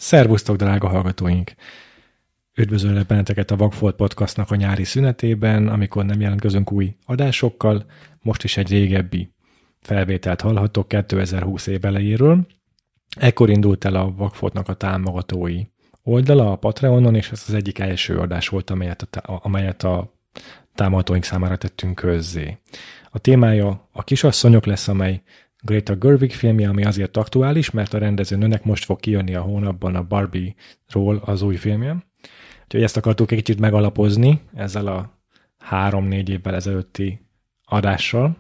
Szervusztok, drága hallgatóink! Üdvözöllek benneteket a Vagfolt Podcastnak a nyári szünetében, amikor nem jelentkezünk új adásokkal. Most is egy régebbi felvételt hallhattok 2020 év elejéről. Ekkor indult el a Vagfoltnak a támogatói oldala a Patreonon, és ez az egyik első adás volt, amelyet a támogatóink számára tettünk közzé. A témája a Kisasszonyok lesz, amely Greta Gerwig filmje, ami azért aktuális, mert a rendezőnőnek most fog kijönni a hónapban a Barbie-ról az új filmje. Úgyhogy ezt akartuk egy kicsit megalapozni ezzel a 3-4 évvel ezelőtti adással.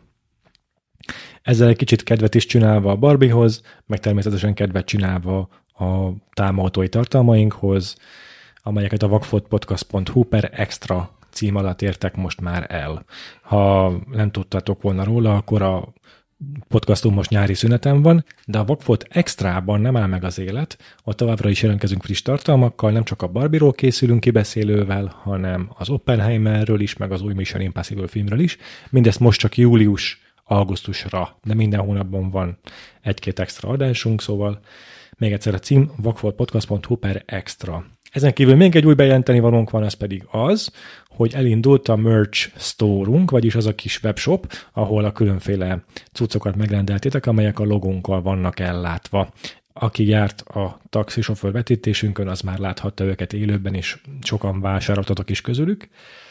Ezzel egy kicsit kedvet is csinálva a Barbiehoz, meg természetesen kedvet csinálva a támogatói tartalmainkhoz, amelyeket a vagfoltpodcast.hu/extra cím alatt értek most már el. Ha nem tudtatok volna róla, akkor a podcastunk most nyári szüneten van, de a Vagfolt Extrában nem áll meg az élet, ott továbbra is jelentkezünk friss tartalmakkal, nem csak a Barbie-ról készülünk kibeszélővel, hanem az Oppenheimerről is, meg az új Mission Impossible filmről is. Mindezt most csak július-augusztusra, de minden hónapban van egy-két extra adásunk, szóval még egyszer a cím vagfoltpodcast.hu/extra. Ezen kívül még egy új bejelenteni valónk van, az pedig az, hogy elindult a merch store-unk, vagyis az a kis webshop, ahol a különféle cuccokat megrendeltétek, amelyek a logónkkal vannak ellátva. Aki járt a taxisofőr vetítésünkön, az már láthatta őket élőben, és sokan vásároltatok is közülük.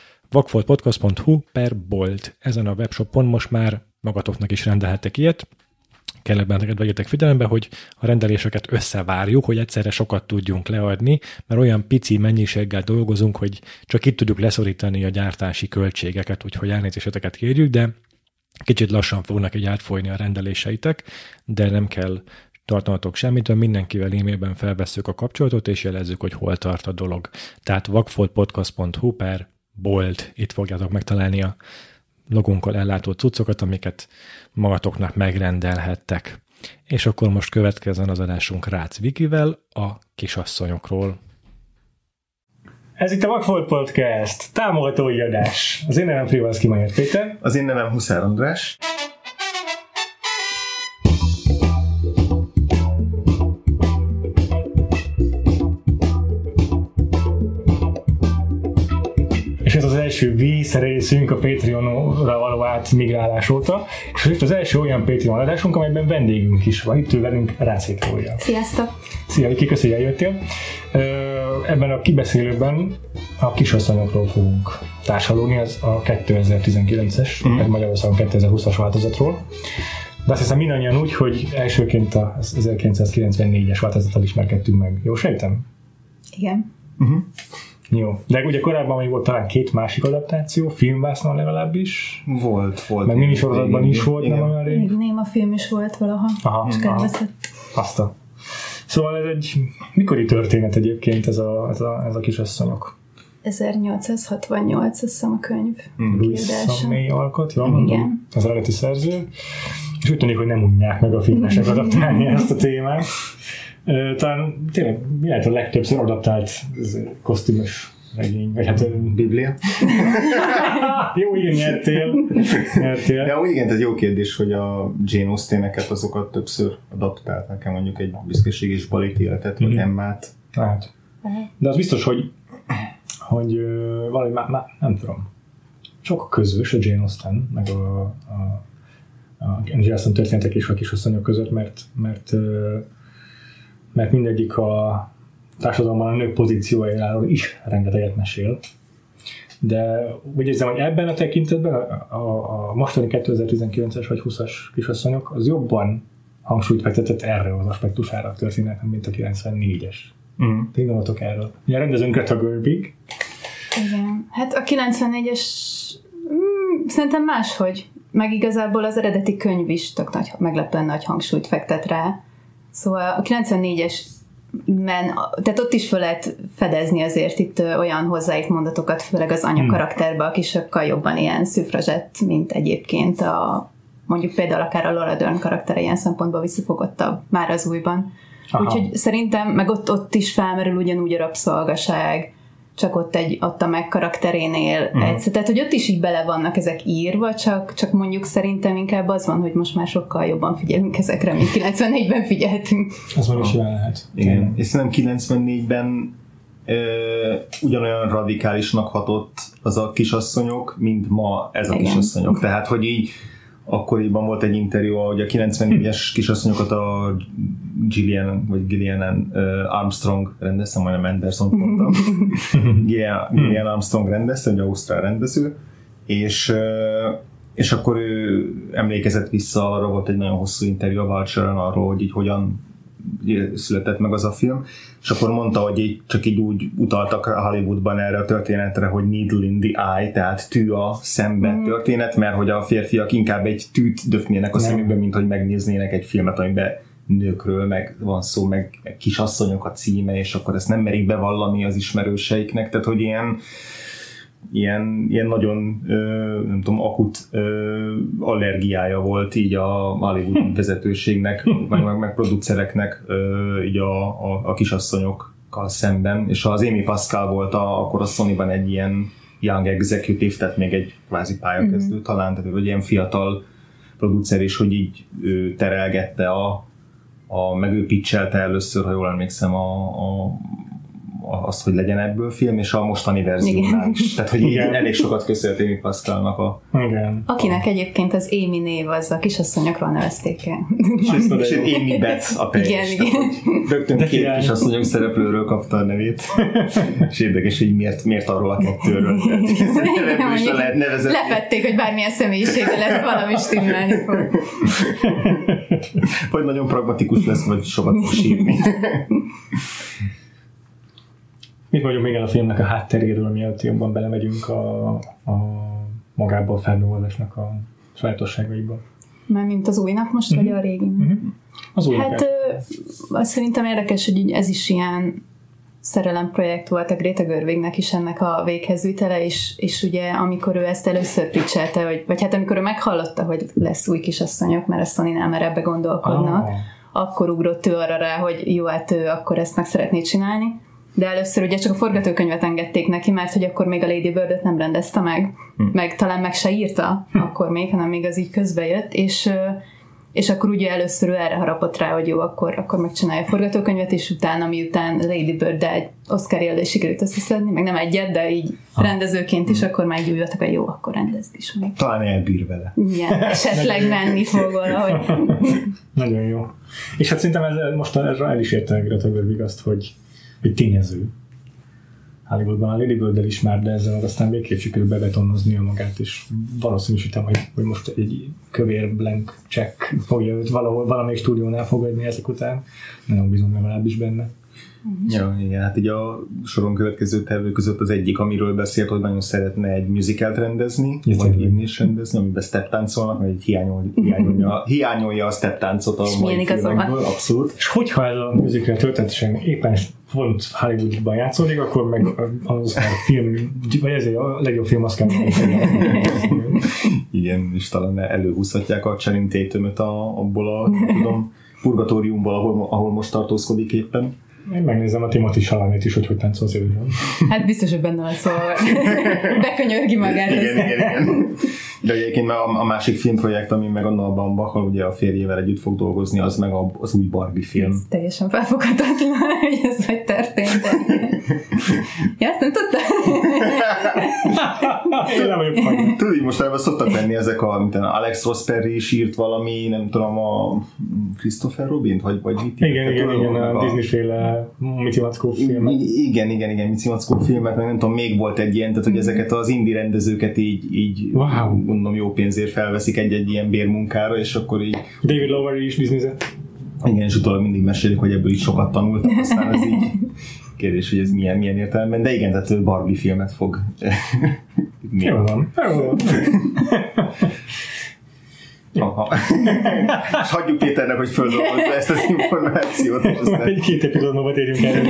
vagfoltpodcast.hu/bolt. Ezen a webshopon most már magatoknak is rendelhettek ilyet. Kellett benneteket vegyetek figyelembe, hogy a rendeléseket összevárjuk, hogy egyszerre sokat tudjunk leadni, mert olyan pici mennyiséggel dolgozunk, hogy csak itt tudjuk leszorítani a gyártási költségeket, úgyhogy elnézéseteket kérjük, de kicsit lassan fognak így átfolyni a rendeléseitek, de nem kell tartanatok semmitől, mindenkivel e-mailben felvesszük a kapcsolatot, és jelezzük, hogy hol tart a dolog. Tehát vagfoltpodcast.hu/bolt, itt fogjátok megtalálni a logónkkal ellátott cuccokat, amiket magatoknak megrendelhettek. És akkor most következzen az adásunk Rácz Vikivel a kisasszonyokról. Ez itt a Vagfolt Podcast, támogatói adás. Az én nevem Frivalszky Major Péter. Az én nevem Huszár András. És ez az első vízrerészünk a Patreonra való átmigrálás óta. És itt az első olyan Patreon adásunk, amelyben vendégünk is van. Itt ül velünk Rácz Viktória. Sziasztok! Szia, Viki, köszi, hogy eljöttél. Ebben a kibeszélőben a kisasszonyokról fogunk társalogni, az a 2019-es, Magyarországon 2020-as változatról. De azt hiszem mindannyian úgy, hogy elsőként az 1994-es változattal ismerkedtünk meg. Jó sejtem? Igen. Jó. De ugye korábban még volt talán 2 másik adaptáció, filmvásznon legalábbis. Volt. Meg minisorozatban is volt, nem olyan rég. Még Néma film is volt valaha. Aha. Aztán. Szóval ez egy mikori történet egyébként ez a kisasszonyok? 1868, azt hiszem a könyv. Louisa May alkot, jól mondom? Igen. Az eredeti szerző. És úgy tűnik, hogy nem unják meg a filmesek adaptálni ezt a témát. Talán tényleg mi lehet a legtöbbször adaptált kosztümös regény, vagy hát... Biblia? Jó, igen, nyertél. De úgy igen, ez jó kérdés, hogy a Jane Austeneket azokat többször adaptált, nekem mondjuk egy büszkeség és balét életet, vagy Emmát. Hát. De az biztos, hogy valami már nem tudom. Sok közös a Jane Austen, meg a Jane Austen történetek és a kisasszonyok között, mert mindegyik a társadalomban a nők pozíciójáról is rengeteget mesél. De úgy érzem, hogy ebben a tekintetben a mostani 2019-es vagy 20-as kisasszonyok az jobban hangsúlyt fektetett erre az aspektusára a történetnek, mint a 94-es. Ti gondoltok erről? Ugye rendezőnk Greta Gerwig. Igen. Hát a 94-es szerintem máshogy. Meg igazából az eredeti könyv is tök nagy, meglepően nagy hangsúlyt fektet rá. Szóval a 94-esben, tehát ott is fel lehet fedezni azért itt olyan hozzáít mondatokat, főleg az anya karakterbe, aki sokkal jobban ilyen szüfrazsett, mint egyébként mondjuk például akár a Laura Dern karaktere ilyen szempontból visszafogottabb már az újban. Úgyhogy szerintem, meg ott is felmerül ugyanúgy a rabszolgaság, csak ott a meg karakterénél egyszer. Tehát, hogy ott is így bele vannak ezek írva, csak mondjuk szerintem inkább az van, hogy most már sokkal jobban figyelünk ezekre, mint 94-ben figyeltünk. Az van is jelen lehet. Igen. És szerintem 94-ben ugyanolyan radikálisnak hatott az a kisasszonyok, mint ma ez a kisasszonyok. Tehát, hogy így akkoriban volt egy interjú, hogy a 94-es kisasszonyokat a Gillian Armstrong rendezte, majdnem Anderson mondtam. Gillian Armstrong rendezte, egy ausztrál rendező, és akkor ő emlékezett vissza, arra volt egy nagyon hosszú interjú a Vulture-on arról, hogy így hogyan született meg az a film, és akkor mondta, hogy így, csak így úgy utaltak Hollywoodban erre a történetre, hogy needle in the eye, tehát tű a szembe történet, mert hogy a férfiak inkább egy tűt döfnének a szemükbe, mint hogy megnéznének egy filmet, amiben nőkről meg van szó, meg kisasszonyok a címe, és akkor ezt nem merik bevallani az ismerőseiknek, tehát hogy ilyen nagyon nem tudom, akut allergiája volt így a Hollywood vezetőségnek, meg producereknek így a kisasszonyokkal szemben, és az Amy Pascal volt akkor a Sony-ban egy ilyen young executive, tehát még egy kvázi pályakezdő talán, tehát egy ilyen fiatal producer is, hogy így terelgette meg ő pitchelte először, ha jól emlékszem, azt, hogy legyen ebből film, és a mostani verziónál is. Tehát, hogy így elég sokat köszönhet Amy Pascalnak akinek egyébként az Amy név, az a kisasszonyokról nevezték el. És Amy Beth a teljes. Igen. Rögtön két kisasszonyok szereplőről kapta a nevét. És érdekes, hogy miért arról a kettőről. Lefették, hogy bármilyen személyisége lesz, valami stimmelni fog. Vagy nagyon pragmatikus lesz, vagy sokat fog sírni. Mit mondjuk még el a filmnek a hátteréről, mielőtt jobban belemegyünk a magába a felnővallásnak a sajátosságaiba? Mármint az újnak most, vagy a réginek? Az újnak. Hát szerintem érdekes, hogy ez is ilyen szerelemprojekt volt a Greta Gerwignek is ennek a véghezvitele, és ugye amikor ő ezt először pitchelte, vagy hát amikor ő meghallotta, hogy lesz új kisasszonyok, mert a Sony-nál már ebbe gondolkodnak, akkor ugrott ő arra rá, hogy jó, hát ő akkor ezt meg szeretné csinálni. De először ugye csak a forgatókönyvet engedték neki, mert hogy akkor még a Lady Bird-öt nem rendezte meg talán meg se írta akkor még, hanem még az így közbe jött, és akkor ugye először ő erre harapott rá, hogy jó, akkor megcsinálja a forgatókönyvet, és utána, miután Lady Bird-de egy Oscar-jelölést sikerült összeszedni, meg nem egyet, de így rendezőként is, akkor már így üljöttek, hogy jó, akkor rendezd is meg. Talán elbír vele. Igen, esetleg menni fog valahogy. Nagyon jó. És hát szerintem most el is érte Greta Gerwig azt, hogy tényező. Hollywoodban a Lady Bird-del is már, de ezzel aztán végképp sikerül bebetonoznia magát, és valószínűsítem, hogy most egy kövér blank check fogja őt valamelyik stúdiónál fogadni ezek után. Nagyon bízom legalábbis benne. Ja, igen, hát így a soron következő tervek között az egyik, amiről beszélt, hogy nagyon szeretne egy musicalt rendezni, vagy írni is rendezni, amiben step-táncolnak, mert hiányolja a step-táncot a mai filmekből, abszolút. És hogyha ez a musical történetesen éppen pont Hollywoodban játszódik, akkor meg az a film, vagy ezért a legjobb film Oscar. Igen, és talán előhúzhatják a Channing Tatumot abból a purgatóriumból, ahol most tartózkodik éppen. Én megnézem a Timothy Chalamet is, hogy táncol az előzően. Hát biztos, hogy benne van, szóval bekönyörgi magát. Igen. De egyébként a másik filmprojekt, ami meg a Noah Baumbach, ugye a férjével együtt fog dolgozni, az meg az új Barbie film. Ez teljesen felfoghatatlan, hogy ez hogy történt. Ja, ezt nem tudtam. Tudod, így mostanában szoktak lenni ezek mint Alex Ross Perry is írt valami, nem tudom, a Christopher Robin, vagy mit? Igen, a Disney-féle Mici Mackó filmek. Igen, Mici Mackó filmek, meg nem tudom, még volt egy ilyen, tehát hogy ezeket az indie rendezőket így gondolom jó pénzért felveszik egy ilyen bérmunkára, és akkor így... David Lowery is Disney-zett. Igen, és utólag mindig mesélik, hogy ebből is sokat tanultak, aztán ez így kérdés, hogy ez milyen értelemben, de igen, tehát Barbie filmet fog. Jó van. És hagyjuk Péternek, hogy földolgozza ezt az információt. Egy-két epizódban térjünk el.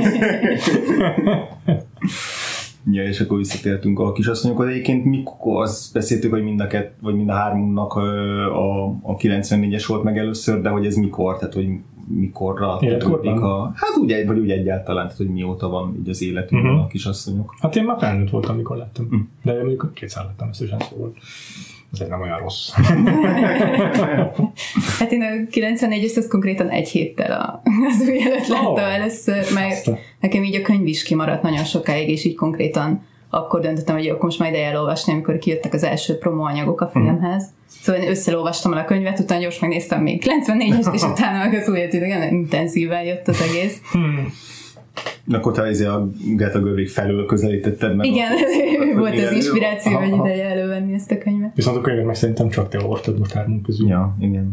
Ja, és akkor visszatértünk a kisasszonyokhoz. Egyébként mikor azt beszéltük, hogy mind a hármunknak a 94-es volt meg először, de hogy ez mikor? Tehát, hogy mikorra tevődik hát úgy egyáltalán, tehát, hogy mióta van így az életünkben a kisasszonyok. Hát én már felnőtt voltam, amikor lettem. De mondjuk 200 lettem összesen, szóval ez nem olyan rossz. Hát én a 94-est az konkrétan egy héttel az új előtt láttam először, mert nekem így a könyv is kimaradt nagyon sokáig, és így konkrétan akkor döntöttem, hogy most majd elolvasni, amikor kijöttek az első promóanyagok a filmhez. Szóval én összeolvastam el a könyvet, utána gyors megnéztem még 94-est, és utána meg az újat, igen, intenzíven jött az egész. Akkor te a Greta Gerwig felől közelítetted meg. Igen, volt az inspiráció, hogy ideje elővenni ezt a könyvet. Viszont a könyvet meg szerintem csak te olvastad most hármunk közül. Ja, igen.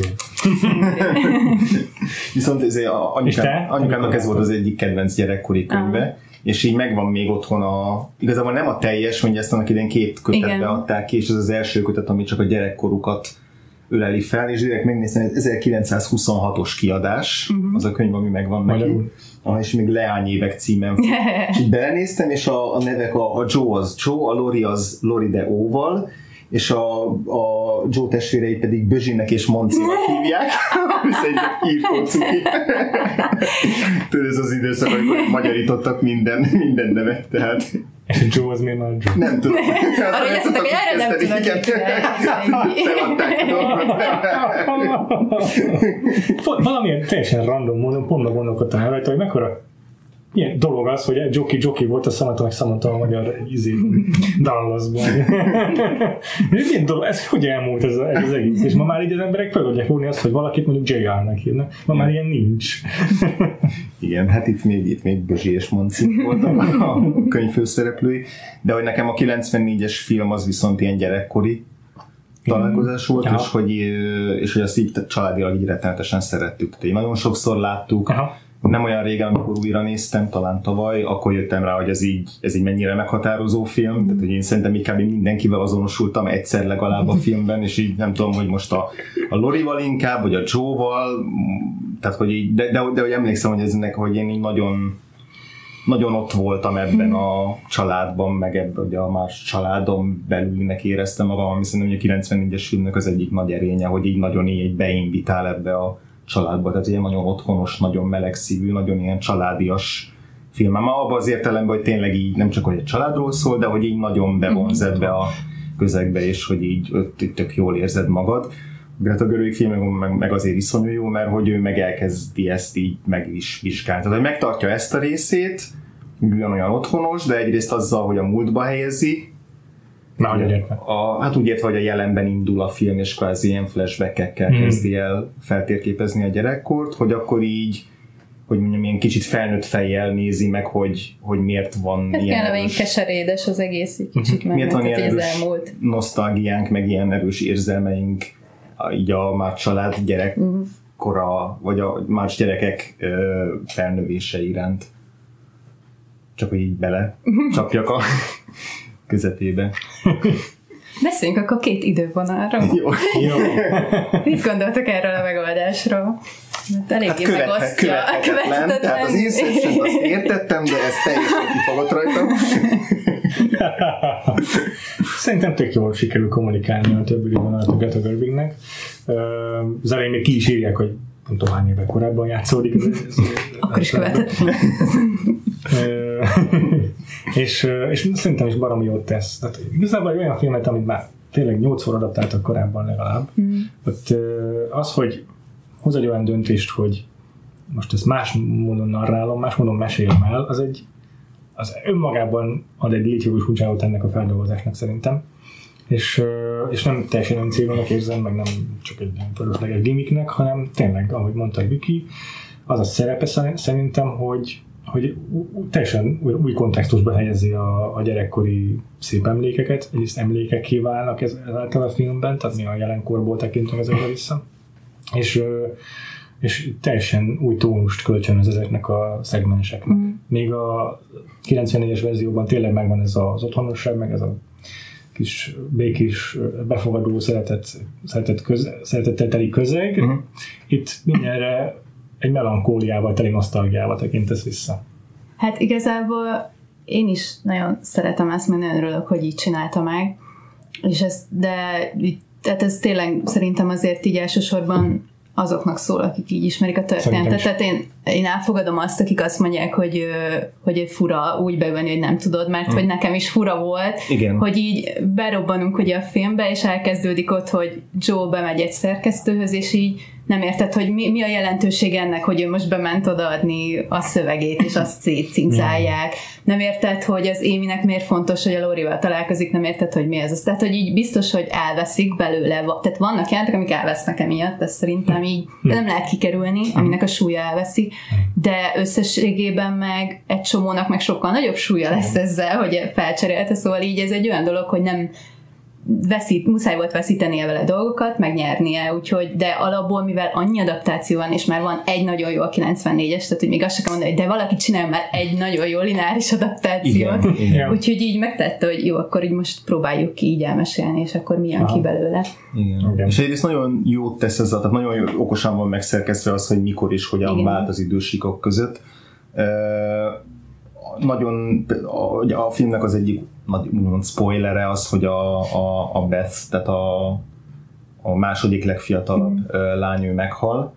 Viszont anyukámnak ez volt az egyik kedvenc gyerekkori könyve, és így megvan még otthon igazából nem a teljes, mondja ezt annak idején 2 kötetbe adták ki, és ez az első kötet, ami csak a gyerekkorukat öleli fel, és direkt megnéztem, ez 1926-os kiadás, az a könyv, ami megvan neki. És még Leányévek címen. És így belenéztem, és a nevek a Joe az Joe, a Lori az Lori de O-val, és a Joe testvéreit pedig Bözsinek és Moncinak hívják, ami szerintem írtó cuki. Tudod, ez az időszak, amikor magyarítottak minden nevet, tehát... És a Joe az miért már Joe? Nem tudom. Arra játszottak, hogy erre nem tudod, hogy valamilyen teljesen random módon pont gondolkodtam el rajta, hogy mekkora ilyen dolog az, hogy Jockey volt a Samantha a magyar Dallasban. Milyen dolog, ez hogy elmúlt ez az egész? És ma már így az emberek fel tudják fogni azt, hogy valakit mondjuk JR-nek hívnak. Ma már ilyen nincs. Igen, hát itt még Bözsi és Monci voltak a könyv főszereplői, de hogy nekem a 94-es film az viszont ilyen gyerekkori találkozás volt, és hogy azt így családilag így rettenetesen szerettük. Tehát nagyon sokszor láttuk. Nem olyan régen, amikor újra néztem, talán tavaly, akkor jöttem rá, hogy ez így mennyire meghatározó film, tehát hogy én szerintem inkább mindenkivel azonosultam egyszer legalább a filmben, és így nem tudom, hogy most a Lorival inkább, vagy a Joe-val, tehát hogy így, de hogy emlékszem, hogy én így nagyon, nagyon ott voltam ebben a családban, meg ebben, hogy a más családom belülnek éreztem magam, ami szerintem a 94-es filmnek az egyik nagy erénye, hogy így nagyon így beinvitál ebbe a családba, tehát ilyen nagyon otthonos, nagyon melegszívű, nagyon ilyen családias film. Már abban az értelemben, hogy tényleg így nem csak hogy egy családról szól, de hogy így nagyon bevonz ebbe a közegbe, és hogy így tök jól érzed magad. Greta Gerwig film meg azért iszonyú jó, mert hogy ő meg elkezdi ezt így meg is vizsgálni. Tehát, hogy megtartja ezt a részét, olyan otthonos, de egyrészt azzal, hogy a múltba helyezi, hát úgy értve, hogy a jelenben indul a film, és kvázi ilyen flashback-ekkel kezdi el feltérképezni a gyerekkort, hogy akkor így, hogy mondjam, ilyen kicsit felnőtt fejjel nézi meg, hogy miért van hát ilyen erős... keserédes az egész, egy kicsit miért van ilyen erős nosztalgiánk, meg ilyen erős érzelmeink így a már család gyerekkora, vagy a más gyerekek felnövése iránt. Csak hogy így bele csapjak a közepébe. Beszéljünk akkor 2 idővonalról. Jó. Mit gondoltak erről a megoldásról? Eléggé megosztja a követhetetlen. Tehát az Inception-t azt értettem, de ez teljesen kifogott rajtam. Szerintem tök jól sikerül kommunikálni a többi idővonalat a Greta Gerwignek. Az elején még ki is írják, hogy nem tudom hány évvel korábban játszódik. Akkor is követett. és szerintem is baromi jót tesz. Tehát igazából egy olyan filmet, amit már tényleg 8-szor adaptáltak korábban legalább. Ott az, hogy hoz egy olyan döntést, hogy most ezt más módon narrálom, más módon mesélem el, az önmagában ad egy létjogosultságot ennek a feldolgozásnak szerintem. És nem teljesen öncélúnak érzem, meg nem csak egy fölösleges gimmicknek, hanem tényleg, ahogy mondta Viki, az a szerepe szerintem, hogy teljesen új kontextusba helyezi a gyerekkori szép emlékeket, egyrészt emlékekké válnak ezáltal a filmben, tehát mi a jelenkorból tekintünk ezekre vissza, és teljesen új tónust kölcsönöz ezeknek a szegmenseknek. Még a 94-es verzióban tényleg megvan ez az otthonosság, meg ez a kis békés, befogadó, szeretettel teli közeg. Itt mindenre egy melankóliával, teli nosztalgiával tekintesz vissza. Hát igazából én is nagyon szeretem ezt, mert nagyon örülök, hogy így csinálta meg. És tehát ez tényleg szerintem azért így elsősorban azoknak szól, akik így ismerik a történetet. Tehát én elfogadom azt, akik azt mondják, hogy fura úgy bevenni, hogy nem tudod, mert hogy nekem is fura volt, igen. hogy így berobbanunk ugye a filmbe, és elkezdődik ott, hogy Joe bemegy egy szerkesztőhöz, és így nem érted, hogy mi a jelentőség ennek, hogy ő most bement odaadni a szövegét, és azt szétcincálják. Nem érted, hogy az Amynek miért fontos, hogy a Laurival találkozik, nem érted, hogy mi ez. Tehát, hogy így biztos, hogy elveszik belőle. Tehát vannak jelentek, amik elvesznek emiatt, ezt szerintem így nem lehet kikerülni, aminek a súlya elveszik, de összességében meg egy csomónak meg sokkal nagyobb súlya lesz ezzel, hogy felcserélte, szóval így ez egy olyan dolog, hogy nem muszáj volt veszítenie vele dolgokat, megnyernie, úgyhogy, de alapból, mivel annyi adaptáció van, és már van egy nagyon jó a 94-es, tehát hogy még azt sem kell mondani, hogy de valaki csinál már egy nagyon jó lineáris adaptációt, igen. Úgyhogy így megtette, hogy jó, akkor így most próbáljuk ki így elmesélni, és akkor mi jön ki belőle. Igen. És egyrészt nagyon jót tesz ez, tehát nagyon okosan van megszerkesztve az, hogy mikor és hogyan vált az idősíkok között. Nagyon, a filmnek az egyik úgymond spoilere az, hogy a Beth, tehát a második legfiatalabb lány, ő meghal.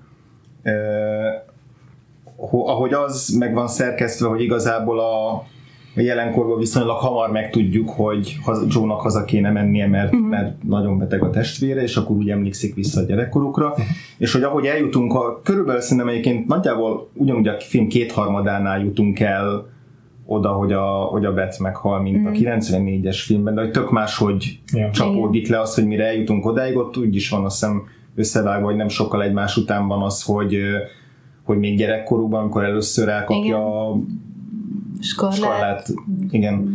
Ahogy az meg van szerkesztve, hogy igazából a jelenkorban viszonylag hamar megtudjuk, hogy Joe-nak haza kéne mennie, mert nagyon beteg a testvére, és akkor úgy emlékszik vissza a gyerekkorukra. És hogy ahogy eljutunk, körülbelül szerintem egyébként nagyjából ugyanúgy a film 2/3-ánál jutunk el oda, hogy a Beth meghal, mint a 94-es filmben, de hogy tök máshogy csapódik le az, hogy mire eljutunk odáig, ott úgy is van, azt hiszem összevágva, hogy nem sokkal egymás után van az, hogy még gyerekkorúban, amikor először elkapja a Scarlett, igen.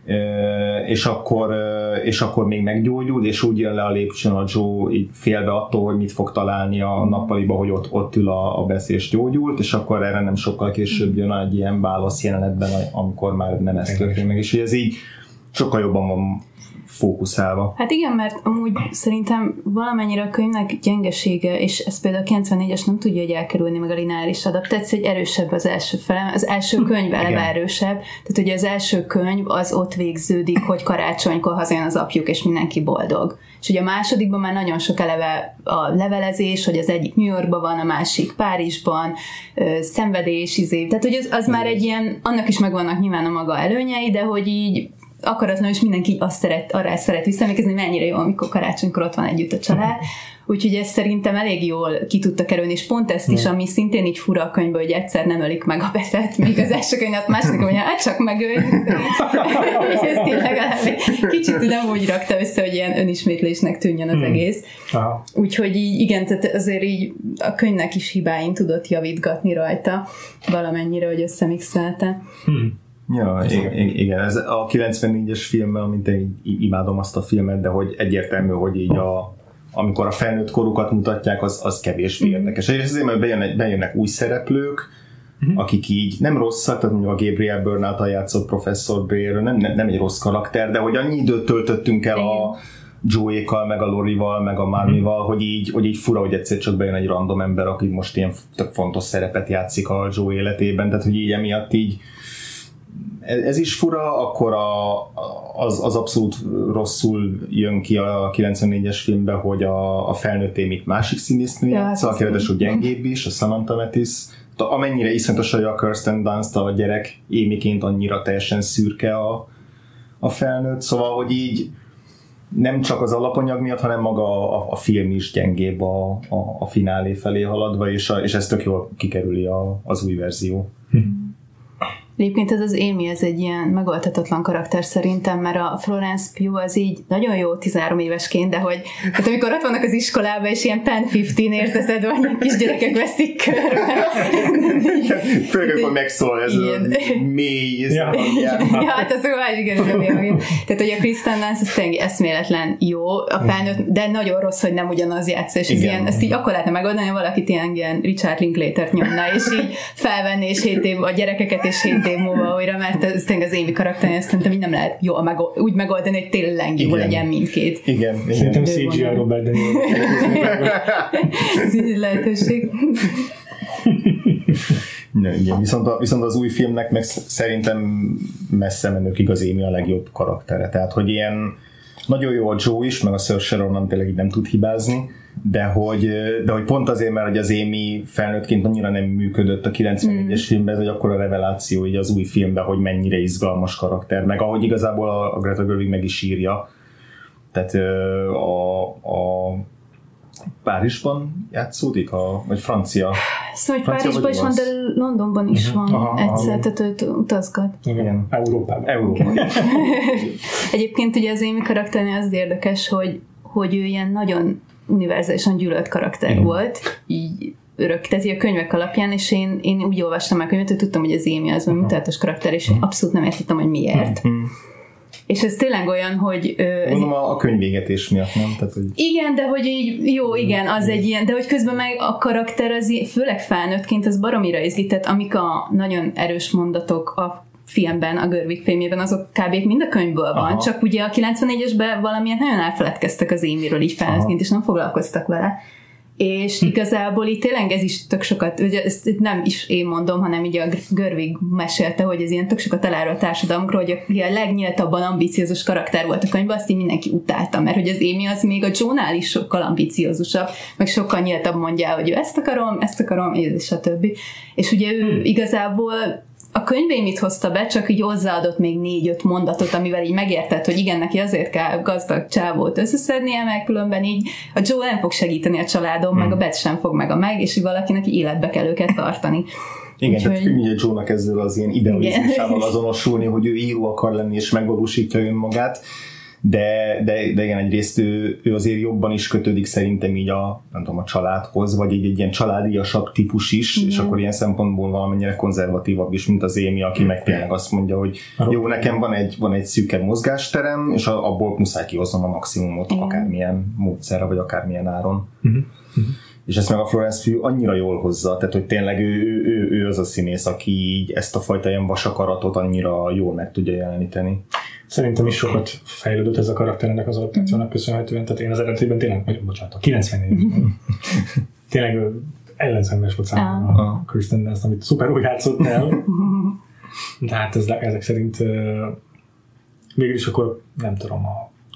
És akkor még meggyógyul, és úgy jön le a lépcsőn a Joe így félve attól, hogy mit fog találni a nappaliba, hogy ott ül a Beth és gyógyult, és akkor erre nem sokkal később jön egy ilyen válasz jelenetben, amikor már nem ez történik meg, és hogy ez így sokkal jobban van fókuszálva. Hát igen, mert amúgy szerintem valamennyire a könyvnek gyengesége, és ez például a 94-es nem tudja, hogy elkerülni meg a lineáris adaptáció, hogy erősebb az első fele. Az első könyv eleve erősebb, tehát ugye az első könyv az ott végződik, hogy karácsonykor hazajön az apjuk, és mindenki boldog. És ugye a másodikban már nagyon sok eleve a levelezés, hogy az egyik New Yorkban van, a másik Párizsban, szenvedés, tehát hogy az már egy ilyen, annak is megvannak nyilván a maga előnyei, de hogy így akaratlanul is mindenki arra szeret visszaemlékezni, mennyire jó, amikor karácsonykor ott van együtt a család. Úgyhogy ezt szerintem elég jól ki tudta kerülni, és pont ezt is, ami szintén így fura a könyvből, hogy egyszer nem ölik meg a Bethet, még az első könyv, azt második, hogy csak megöl. És ezt így legalább kicsit nem úgy rakta össze, hogy ilyen önismétlésnek tűnjön az egész. Úgyhogy így, igen, tehát azért így a könyvnek is hibáin tudott javítgatni rajta valamennyire, hogy összemixelte. Ja, igen, ez a 94-es filmmel, amint én imádom azt a filmet, de hogy egyértelmű, hogy így amikor a felnőtt korukat mutatják, az kevésbé érdekes. És azért, mert bejönnek új szereplők, akik így nem rosszak, tehát mondjuk a Gabriel Byrne által játszott Professor Breyer, nem egy rossz karakter, de hogy annyi időt töltöttünk el a Joey-kkal, meg a Laurival, meg a Marmival, hogy így fura, hogy egyszer csak bejön egy random ember, aki most ilyen tök fontos szerepet játszik a Joe életében, tehát hogy így emiatt így ez is fura, akkor az abszolút rosszul jön ki a 94-es filmben, hogy a felnőtt Amyt másik színésznő játsza, aki ráadásul gyengébb is, a Samantha Mathis. Amennyire iszonyatosan a Kirsten Dunst a gyerek Amyként, annyira teljesen szürke a felnőtt, szóval, hogy így nem csak az alapanyag miatt, hanem maga a film is gyengébb a finálé felé haladva, és ez tök jól kikerüli az új verzió. Egyébként ez az Amy, ez egy ilyen megoldhatatlan karakter szerintem, mert a Florence Pugh az így nagyon jó 13 évesként, de hogy hát amikor ott vannak az iskolában, és ilyen pen 15 érzeszed, vagy ilyen kisgyerekek veszik körbe. Főleg, akkor megszól ez a mély. Ja, hát az úgy igen. Tehát, hogy a Kristen Dunst az tényleg eszméletlen jó, a felnőtt, de nagyon rossz, hogy nem ugyanaz játsz, és ezt így akkor lehetne megoldani, hogy valaki tényleg ilyen Richard Linklater-t nyomna, és így felvenni, és 7 év a gyerekeket, és 7 év múlva újra, mert ez tényleg az Amy karakter, ezt szerintem így nem lehet jól úgy megoldani, hogy tényleg jó legyen mindkét. Igen. Szerintem CGI Robert De Niro. Ez így lehetőség. Igen, viszont az új filmnek meg szerintem messze menőkig az Amy a legjobb karaktere. Tehát, hogy ilyen nagyon jó a Joe is, meg a Saoirse Ronan tényleg így nem tud hibázni, de hogy pont azért, mert hogy az Amy felnőttként annyira nem működött a 94-es filmben, ez egy akkora reveláció így az új filmben, hogy mennyire izgalmas karakter, meg ahogy igazából a Greta Gerwig meg is írja. Tehát a Párizsban játszódik, vagy francia? Szóval Párizsban is van, de Londonban is van egyszer, tehát őt utazgat. Igen, Európában. Egyébként ugye az Amy karakternél az érdekes, hogy ő ilyen nagyon univerzálisan gyűlölt karakter volt, így tehát a könyvek alapján, és én úgy olvastam a könyvet, hogy tudtam, hogy az Amy az valami mutatos karakter, és abszolút nem értettem, hogy miért. És ez tényleg olyan, hogy... Mondom, a könyvégetés miatt, nem? Tehát, hogy... Igen, de hogy így, jó, igen, az egy ilyen, de hogy közben meg a karakter, az, főleg felnőttként, az baromira izgi, tehát amik a nagyon erős mondatok a filmben, a Gerwig filmjében, azok kb. Mind a könyvből van, csak ugye a 94-esben valamiért nagyon elfeledkeztek az Amyről így felnőttként, és nem foglalkoztak vele. És igazából itt tényleg ez is tök sokat, ugye ezt nem is én mondom, hanem így a Gerwig mesélte, hogy ez ilyen tök sokat elárul a társadalomról, hogy a legnyíltabban ambiciózus karakter volt a könyvben, azt így mindenki utálta, mert hogy az Amy az még a Joe-nál is sokkal ambiciózusabb, meg sokkal nyíltabb mondja, hogy ő ezt akarom, és a többi. És ugye ő igazából a könyvén mit hozta be, csak így hozzáadott még 4-5 mondatot, amivel így megértett, hogy igen, neki azért kell gazdag csávót összeszednie, meg különben így a Joe nem fog segíteni a családon, meg a Beth sem fog meg, és így valakinek életbe kell őket tartani. Igen, tehát könnyű a Joe-nak ezzel az ilyen idealizmusával azonosulni, hogy ő író akar lenni, és megvalósítja önmagát, de igen, egyrészt ő azért jobban is kötődik szerintem így a családhoz, vagy egy ilyen családiasabb típus is, és akkor ilyen szempontból valamennyire konzervatívabb is, mint az Amy, aki meg tényleg azt mondja, hogy jó, nekem van egy szűkebb mozgásterem, és abból muszáj kihoznom a maximumot, akármilyen módszerre, vagy akármilyen áron. És ezt meg a Florence Pugh annyira jól hozza, tehát hogy tényleg ő az a színész, aki így ezt a fajta ilyen vasakaratot annyira jól meg tudja jeleníteni. Szerintem is sokat fejlődött ez a karakter ennek az adaptációnak köszönhetően, tehát én az eredetében tényleg, bocsánat, a 94-ben tényleg ellenszenves volt számomra a Kristen Dunst, amit szuperul játszott el, de hát ezek szerint végül is akkor nem tudom,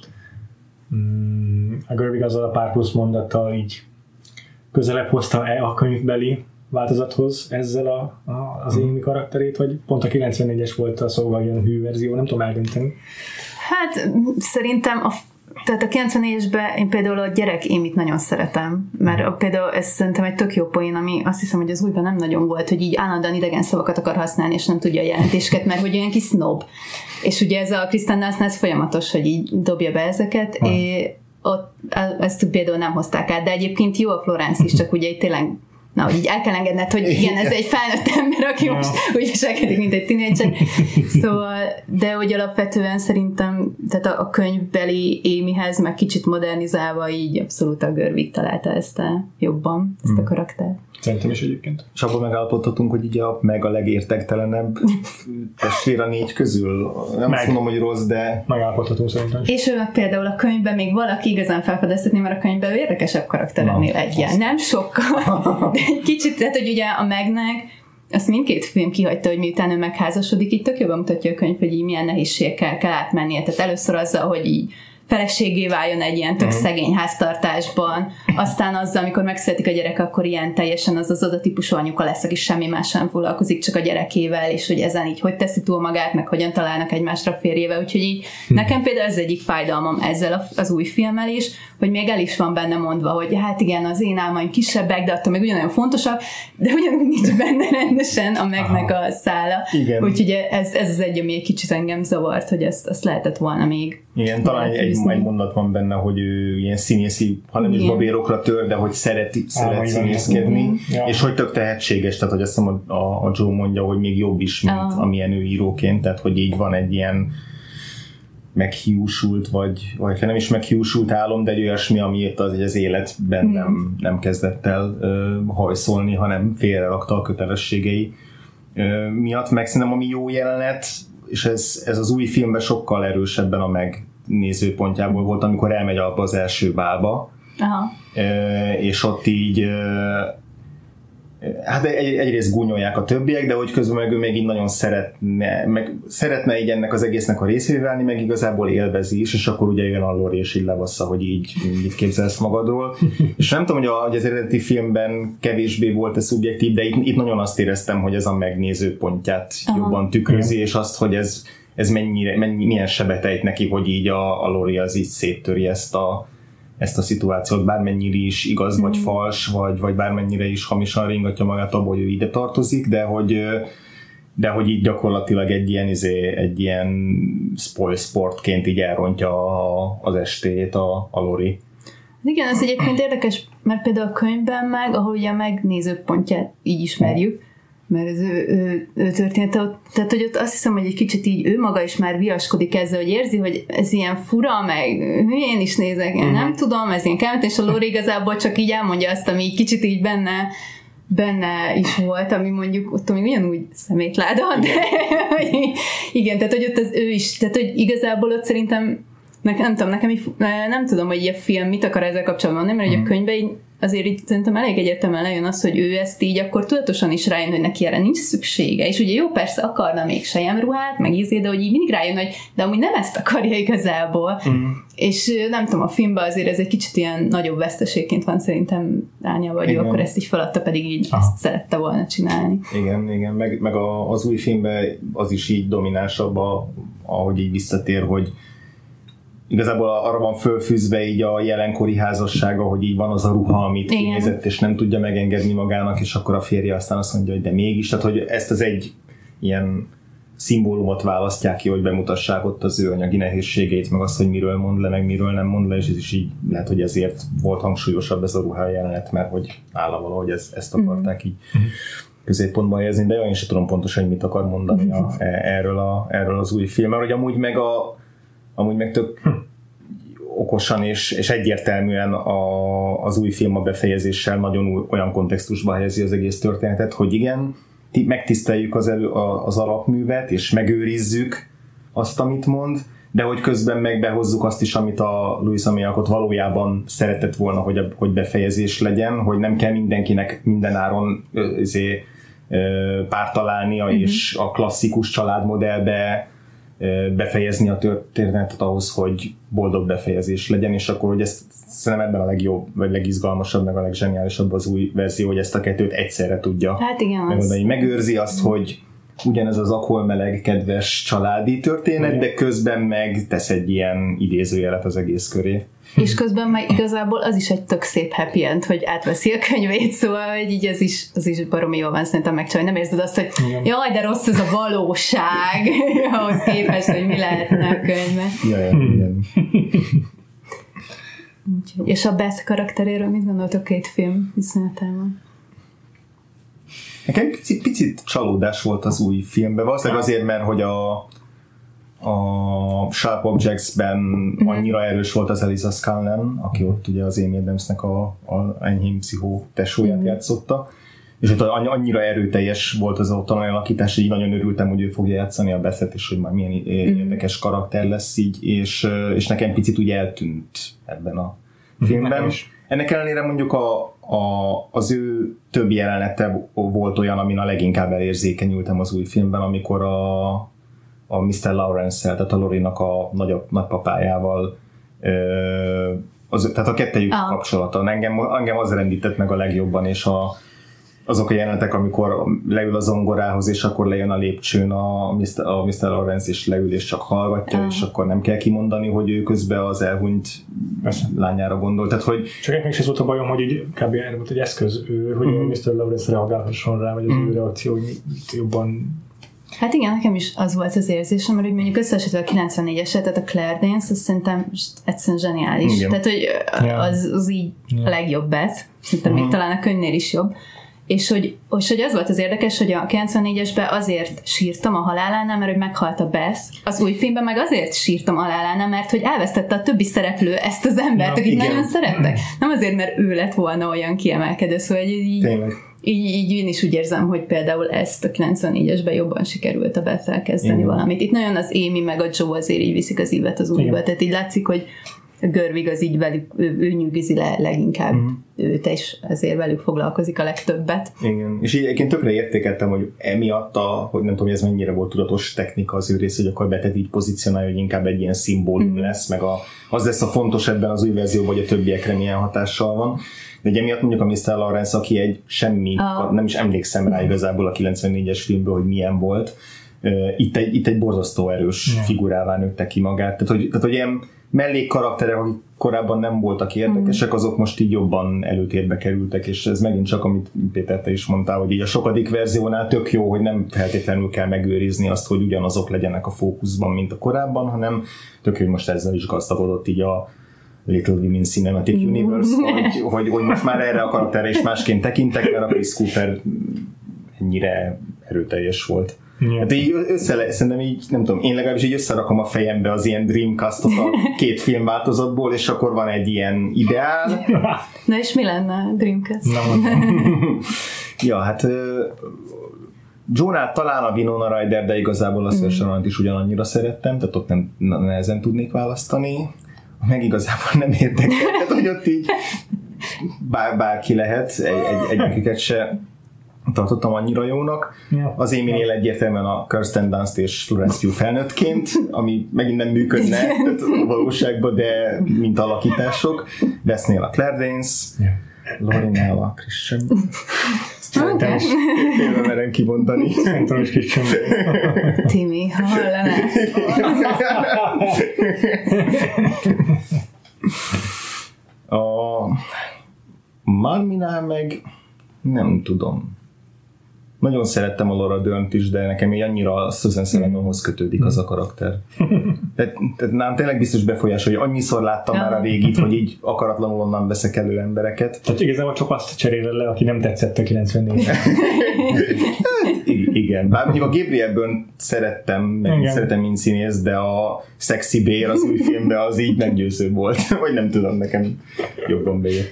a Gerwig azzal a pár plusz mondattal így közelebb hozta a könyvbeli változathoz ezzel az Amy karakterét, vagy pont a 94-es volt a szóval ilyen hű verzió, nem tudom eldönteni. Hát szerintem tehát a 94-esben én például a gyerek Amy-t nagyon szeretem, mert például ez szerintem egy tök jó poén, ami azt hiszem, hogy az újban nem nagyon volt, hogy így állandóan idegen szavakat akar használni, és nem tudja a jelentéseket, mert hogy olyan kis snob. És ugye ez a Kristen Dunst, ez folyamatos, hogy így dobja be ezeket, ott ezt például nem hozták át, de egyébként jó a Florence is, csak ugye itt tényleg hogy így el kell engedned, hogy igen, ez egy felnőtt ember, aki most úgy viselkedik, mint egy tínédzser. Szóval, de hogy alapvetően szerintem, tehát a könyvbeli Amyhez meg kicsit modernizálva így abszolút a Gerwig találta ezt jobban, ezt a karaktert. Szerintem is egyébként. És abban megállapodhatunk, hogy így a legértektelenebb testvér a 4 közül. Nem azt mondom, hogy rossz, de... Megállapodhatunk szerintem is. És ő meg például a könyvben még valaki igazán felfedeztetni, mert a könyvben ő érdekesebb karakter ennél egyen. Nem sokkal, de egy kicsit, tehát hogy ugye a Megnek azt mindkét film kihagyta, hogy miután ő megházasodik, így tök jobban mutatja a könyv, hogy így milyen nehézségekkel kell átmennie. Tehát először azzal, hogy így feleségé váljon egy ilyen tök szegény háztartásban, aztán azzal, amikor megszületik a gyerek, akkor ilyen teljesen az a típusú anyuka lesz, aki semmi mással foglalkozik, csak a gyerekével, és hogy ezen így hogy teszi túl magát, meg hogyan találnak egymásra férjével, úgyhogy így nekem például ez egyik fájdalmam ezzel az új filmmel is, hogy még el is van benne mondva, hogy hát igen, az én álmaim kisebbek, de attól még ugyanolyan fontosabb, de ugyanúgy nincs benne rendesen a Megnek a szála. Igen. Úgyhogy ez az egy, ami egy kicsit engem zavart, hogy ezt lehetett volna még. Igen, talán egy mondat van benne, hogy ő ilyen színészi, hanem is babérokra tör, de hogy szeret színészkedni, és hogy tök tehetséges, tehát hogy azt hiszem a Joe mondja, hogy még jobb is, mint amilyen ő íróként, tehát hogy így van egy ilyen meghiúsult, vagy nem is meghiúsult álom, de egy olyasmi, amiért az életben nem kezdett el hajszolni, hanem félrerakta a kötelességei miatt, meg szerintem ami jó jelenet, és ez az új filmben sokkal erősebben a megnézőpontjából volt, amikor elmegy abba az első bálba, és ott így hát egyrészt gúnyolják a többiek, de hogy közben meg ő még így nagyon szeretne így ennek az egésznek a részévé válni, meg igazából élvezi is, és akkor ugye jön a Lori, és így levassza, hogy így mit képzelsz magadról. És nem tudom, hogy az eredeti filmben kevésbé volt ez szubjektív, de itt nagyon azt éreztem, hogy ez a megnéző pontját jobban tükrözi, és azt, hogy ez milyen sebet ejt neki, hogy így a Lori az így széttöri ezt a szituációt, bármennyire is igaz vagy fals, vagy bármennyire is hamisan ringatja magát abból, hogy ő ide tartozik, de hogy így gyakorlatilag egy ilyen spoil sportként így elrontja az estét a Lori. Igen, ez egyébként érdekes, mert például a könyvben meg, ahol ugye a megnéző pontját így ismerjük, mert az ő története, tehát hogy ott azt hiszem, hogy egy kicsit így ő maga is már viaskodik ezzel, hogy érzi, hogy ez ilyen fura, meg én is nézek, én nem tudom, ez ilyen kellemetlen, és a Lori igazából csak így elmondja azt, ami kicsit így benne is volt, ami mondjuk ott még ugyanúgy szemétláda, de igen, tehát hogy ott az ő is, tehát hogy igazából ott szerintem nem tudom, hogy a film mit akar ezzel kapcsolatban mondani, mert hogy a könyvben azért így szerintem elég egyértelműen lejön az, hogy ő ezt így akkor tudatosan is rájön, hogy neki erre nincs szüksége, és ugye jó, persze akarna még selyemruhát, meg ízé, de hogy így mindig rájön, hogy de amúgy nem ezt akarja igazából, és nem tudom, a filmben azért ez egy kicsit ilyen nagyobb veszteségként van szerintem árnyalva, hogy ő akkor ezt így feladta, pedig így ezt szerette volna csinálni. Igen, meg az új filmben az is így dominánsabb, ahogy így visszatér, hogy igazából arra van fölfűzve így a jelenkori házassága, hogy így van az a ruha, amit kinézett, és nem tudja megengedni magának, és akkor a férje aztán azt mondja, hogy de mégis. Tehát, hogy ezt az egy ilyen szimbólumot választják ki, hogy bemutassák ott az ő anyagi nehézségeit, meg azt, hogy miről mond le, meg miről nem mond le, és ez is így lehet, hogy ezért volt hangsúlyosabb ez a ruha jelenet, mert hogy áll valahogy ezt akarták így középpontban helyezni, de én sem tudom pontosan, hogy mit akar mondani erről az új filmről, hogy amúgy meg tök okosan és egyértelműen az új film a befejezéssel nagyon olyan kontextusba helyezi az egész történetet, hogy igen, megtiszteljük az alapművet, és megőrizzük azt, amit mond, de hogy közben meg behozzuk azt is, amit a Louis Amialcott valójában szeretett volna, hogy befejezés legyen, hogy nem kell mindenkinek mindenáron párt találnia, és a klasszikus családmodellbe befejezni a történetet ahhoz, hogy boldog befejezés legyen, és akkor, hogy ezt szerintem ebben a legjobb, vagy legizgalmasabb, meg a leggeniálisabb az új verzió, hogy ezt a kettőt egyszerre tudja megmondani. Megőrzi azt, hogy ugyanez az akolmeleg, kedves családi történet, de közben meg tesz egy ilyen idézőjelet az egész köré. És közben meg igazából az is egy tök szép happy end, hogy átveszi a könyvét, szóval hogy így az is baromi jól van szerintem megcsinálni. Nem érzed azt, hogy jaj, de rossz ez a valóság, ahhoz képest, hogy mi lehetne a könyvben. Igen. És a Beth karakteréről mit gondoltok két film viszonylatában? Nekem picit csalódás volt az új filmben, valószínűleg azért, mert hogy a Sharp Objects-ben annyira erős volt az Eliza Scanlon, aki ott ugye az Amy Adamsnek a enyhén pszichó tesóját játszotta, és ott annyira erőteljes volt az otthon alakítás, hogy így nagyon örültem, hogy ő fogja játszani a Bethet, és hogy már milyen érdekes karakter lesz így, és nekem picit úgy eltűnt ebben a filmben. Ennek ellenére mondjuk az ő több jelenete volt olyan, amin a leginkább elérzékenyültem az új filmben, amikor a Mr. Lawrence-szel, tehát a Lorinak a nagypapájával, tehát a kettejük kapcsolata. Engem az rendített meg a legjobban, és azok a jelenetek, amikor leül a zongorához, és akkor lejön a lépcsőn a Mr. Lawrence, és leül, és csak hallgatja, és akkor nem kell kimondani, hogy ő közben az elhunyt lányára gondol. Tehát, hogy csak nekem is ez volt a bajom, hogy így kb. Erre volt egy eszköz, hogy Mr. Lawrence reagálhasson rá, vagy az ő reakció jobban. Hát igen, nekem is az volt az érzésem, mert mondjuk összesetve a 94-eset, tehát a Claire Danes, azt szerintem egyszerűen zseniális. Igen. Tehát, hogy az így a legjobb Beth, szerintem még talán a könyvnél is jobb. És hogy az volt az érdekes, hogy a 94-esben azért sírtam a halálánál, mert hogy meghalt a Beth. Az új filmben meg azért sírtam a halálánál, mert hogy elvesztette a többi szereplő ezt az embert, akit nagyon szerettek. Nem azért, mert ő lett volna olyan kiemelkedő, szóval így én is úgy érzem, hogy például ezt a 94-esben jobban sikerült a Beth-tel kezdeni valamit. Itt nagyon az Amy meg a Joe azért így viszik az ívet az újba, tehát így látszik, hogy a Gerwig az így velük, ő nyűgizi le leginkább őt is ezért velük foglalkozik a legtöbbet. Igen, és így egyébként tökre értékeltem, hogy emiatt hogy nem tudom, hogy ez mennyire volt tudatos technika az ő rész, hogy akkor Bettet így pozícionálja, hogy inkább egy ilyen szimbólum lesz, meg az lesz a fontos ebben az új verzióban, hogy a többiekre milyen hatással van. De ugye emiatt mondjuk a Mr. Lawrence, aki egy nem is emlékszem rá igazából a 94-es filmből, hogy milyen volt, itt egy borzasztó erős figurává nőtte ki magát. Tehát, hogy ilyen mellékkarakterek, akik korábban nem voltak érdekesek, azok most így jobban előtérbe kerültek, és ez megint csak, amit Péter, te is mondtál, hogy így a sokadik verziónál tök jó, hogy nem feltétlenül kell megőrizni azt, hogy ugyanazok legyenek a fókuszban, mint a korábban, hanem tök jó, hogy most ezzel is gazdagodott így a Little Women Cinematic Universe, hogy most már erre a karakterre is másként tekintek, mert a Chris Cooper ennyire erőteljes volt. Yeah. Hát így szerintem így, nem tudom, én legalábbis így összerakom a fejembe az ilyen Dreamcastot a két filmváltozatból, és akkor van egy ilyen ideál. Na és mi lenne Dreamcast? Ja, hát Jonah talán a Winona Ryder, de igazából a Saoirse Ronant is ugyanannyira szerettem, tehát ott nem nehezen tudnék választani. Meg igazából nem érdekel, hogy ott így bárki lehet, egyiket se tartottam annyira jónak. Az Amy-nél egyértelműen a Kirsten Dunst és Florence Pugh felnőttként, ami megint nem működne a valóságban, de mint alakítások. Westnél a Claire Danes, Laurie-nél a Christian. Félve merem kimondani. Szerintem is Christian. Timi, hallana. A Marminál meg nem tudom. Nagyon szerettem a Laura Dern-t is, de nekem így annyira Susan Sarandonhoz kötődik az a karakter. Tehát nálam tényleg biztos befolyás, hogy annyiszor láttam már a régit, hogy így akaratlanul onnan veszek elő embereket. Tehát igazából csak azt cseréled le, aki nem tetszett a 94-ben. Igen, bár mondjuk a Gabriel Byrne szeretem mint színész, de a Sexy Bear az új filmben az így meggyőző volt. Vagy nem tudom, nekem jobban bejött.